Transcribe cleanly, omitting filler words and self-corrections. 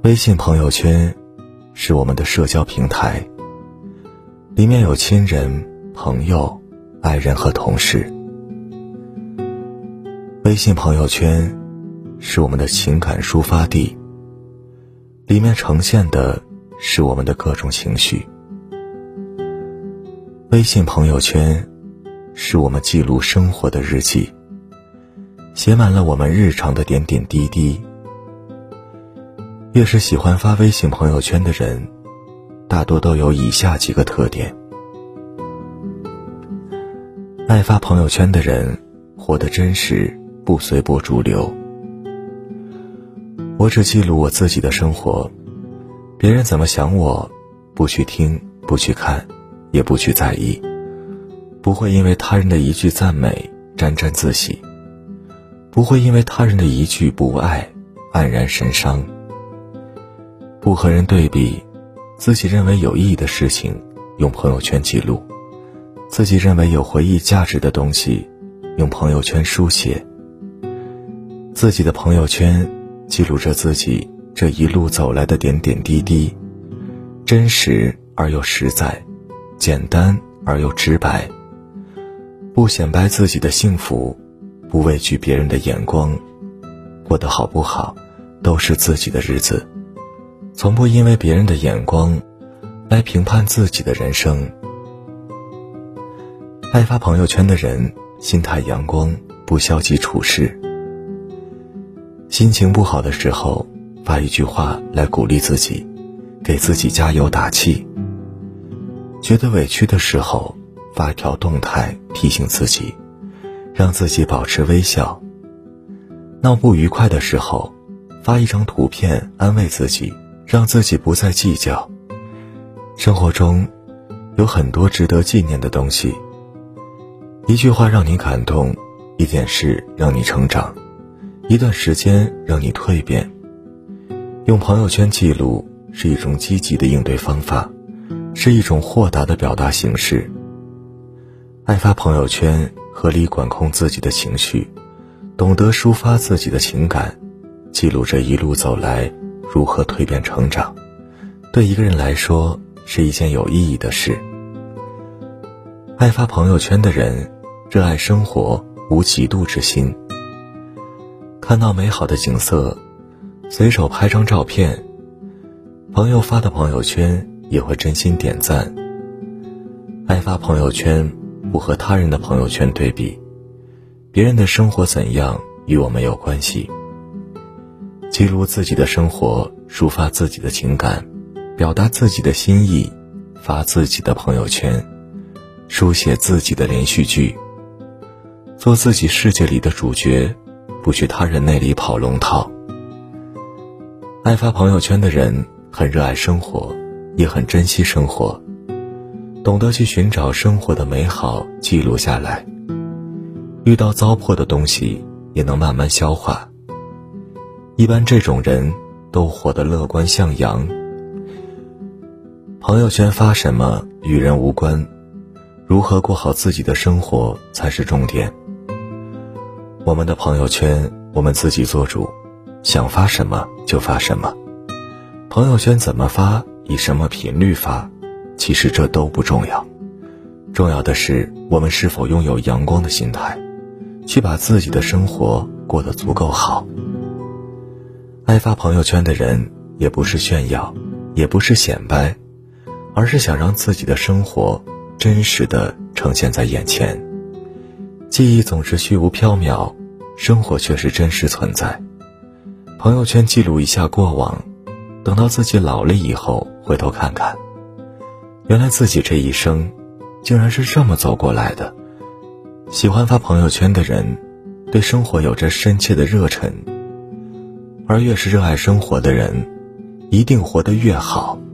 微信朋友圈是我们的社交平台，里面有亲人、朋友、爱人和同事。微信朋友圈是我们的情感抒发地，里面呈现的是我们的各种情绪。微信朋友圈是我们记录生活的日记，写满了我们日常的点点滴滴。越是喜欢发微信朋友圈的人，大多都有以下几个特点。爱发朋友圈的人活得真实，不随波逐流。我只记录我自己的生活，别人怎么想我，不去听，不去看，也不去在意，不会因为他人的一句赞美沾沾自喜，不会因为他人的一句不爱黯然神伤。不和人对比，自己认为有意义的事情用朋友圈记录，自己认为有回忆价值的东西用朋友圈书写。自己的朋友圈记录着自己这一路走来的点点滴滴，真实而又实在，简单而又直白，不显摆自己的幸福，不畏惧别人的眼光，过得好不好都是自己的日子，从不因为别人的眼光来评判自己的人生。爱发朋友圈的人心态阳光，不消极处事。心情不好的时候发一句话来鼓励自己，给自己加油打气。觉得委屈的时候发一条动态提醒自己，让自己保持微笑。闹不愉快的时候发一张图片安慰自己，让自己不再计较。生活中有很多值得纪念的东西，一句话让你感动，一件事让你成长，一段时间让你蜕变。用朋友圈记录是一种积极的应对方法，是一种豁达的表达形式。爱发朋友圈，合理管控自己的情绪，懂得抒发自己的情感，记录这一路走来如何蜕变成长，对一个人来说是一件有意义的事。爱发朋友圈的人热爱生活，无嫉妒之心。看到美好的景色随手拍张照片，朋友发的朋友圈也会真心点赞。爱发朋友圈，不和他人的朋友圈对比，别人的生活怎样与我没有关系。记录自己的生活，抒发自己的情感，表达自己的心意，发自己的朋友圈，书写自己的连续剧，做自己世界里的主角，不去他人那里跑龙套。爱发朋友圈的人很热爱生活，也很珍惜生活，懂得去寻找生活的美好，记录下来。遇到糟粕的东西也能慢慢消化。一般这种人都活得乐观向阳。朋友圈发什么与人无关，如何过好自己的生活才是重点。我们的朋友圈我们自己做主，想发什么就发什么。朋友圈怎么发，以什么频率发，其实这都不重要。重要的是我们是否拥有阳光的心态，去把自己的生活过得足够好。爱发朋友圈的人也不是炫耀，也不是显摆，而是想让自己的生活真实地呈现在眼前。记忆总是虚无缥缈，生活却是真实存在。朋友圈记录一下过往，等到自己老了以后回头看看，原来自己这一生竟然是这么走过来的。喜欢发朋友圈的人对生活有着深切的热忱，而越是热爱生活的人一定活得越好。